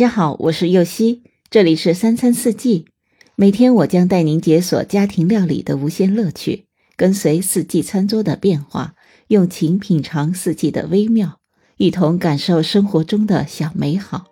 大家好，我是柚希，这里是三餐四季。每天我将带您解锁家庭料理的无限乐趣，跟随四季餐桌的变化，用情品尝四季的微妙，一同感受生活中的小美好。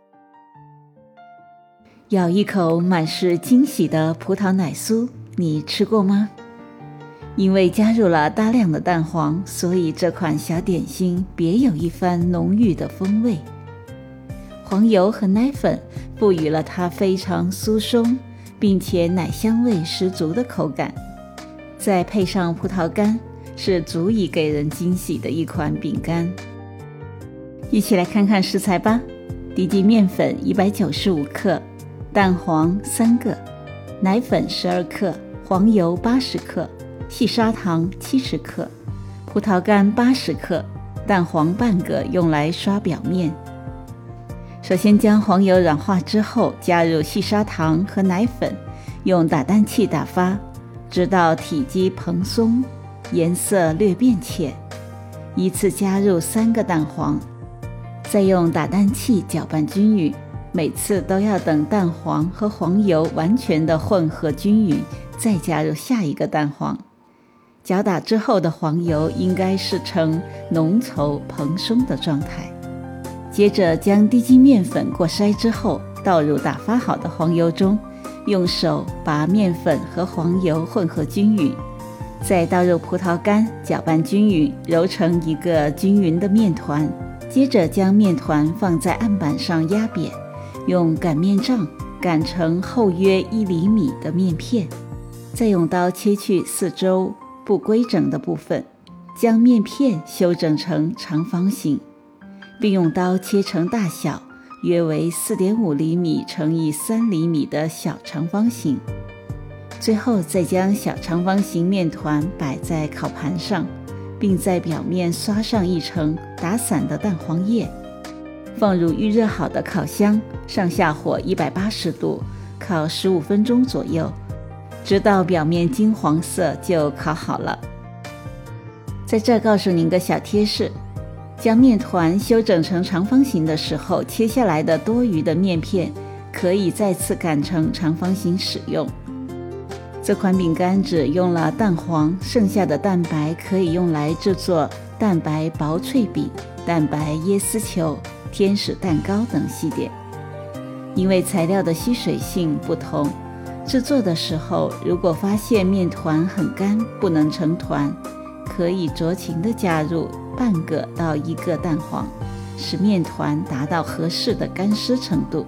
咬一口满是惊喜的葡萄奶酥，你吃过吗？因为加入了大量的蛋黄，所以这款小点心别有一番浓郁的风味。黄油和奶粉赋予了它非常酥松并且奶香味十足的口感，再配上葡萄干，是足以给人惊喜的一款饼干。一起来看看食材吧。低筋面粉195克，蛋黄3个，奶粉12克，黄油80克，细砂糖70克，葡萄干80克，蛋黄半个用来刷表面。首先将黄油软化之后，加入细砂糖和奶粉，用打蛋器打发，直到体积蓬松，颜色略变浅。依次加入3个蛋黄，再用打蛋器搅拌均匀，每次都要等蛋黄和黄油完全的混合均匀，再加入下一个蛋黄。搅打之后的黄油应该是呈浓稠蓬松的状态。接着将低筋面粉过筛之后，倒入打发好的黄油中，用手把面粉和黄油混合均匀，再倒入葡萄干，搅拌均匀，揉成一个均匀的面团。接着将面团放在案板上压扁，用擀面杖擀成厚约1厘米的面片，再用刀切去四周不规整的部分，将面片修整成长方形，并用刀切成大小约为 4.5 厘米乘以3厘米的小长方形。最后再将小长方形面团摆在烤盘上，并在表面刷上一层打散的蛋黄液，放入预热好的烤箱，上下火180度烤15分钟左右，直到表面金黄色就烤好了。在这告诉您个小贴士，将面团修整成长方形的时候，切下来的多余的面片可以再次擀成长方形使用。这款饼干只用了蛋黄，剩下的蛋白可以用来制作蛋白薄脆饼、蛋白椰丝球、天使蛋糕等系列。因为材料的吸水性不同，制作的时候如果发现面团很干不能成团，可以酌情地加入半个到1个蛋黄，使面团达到合适的干湿程度。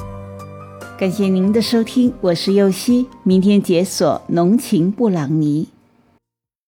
感谢您的收听，我是柚希，明天解锁浓情布朗尼。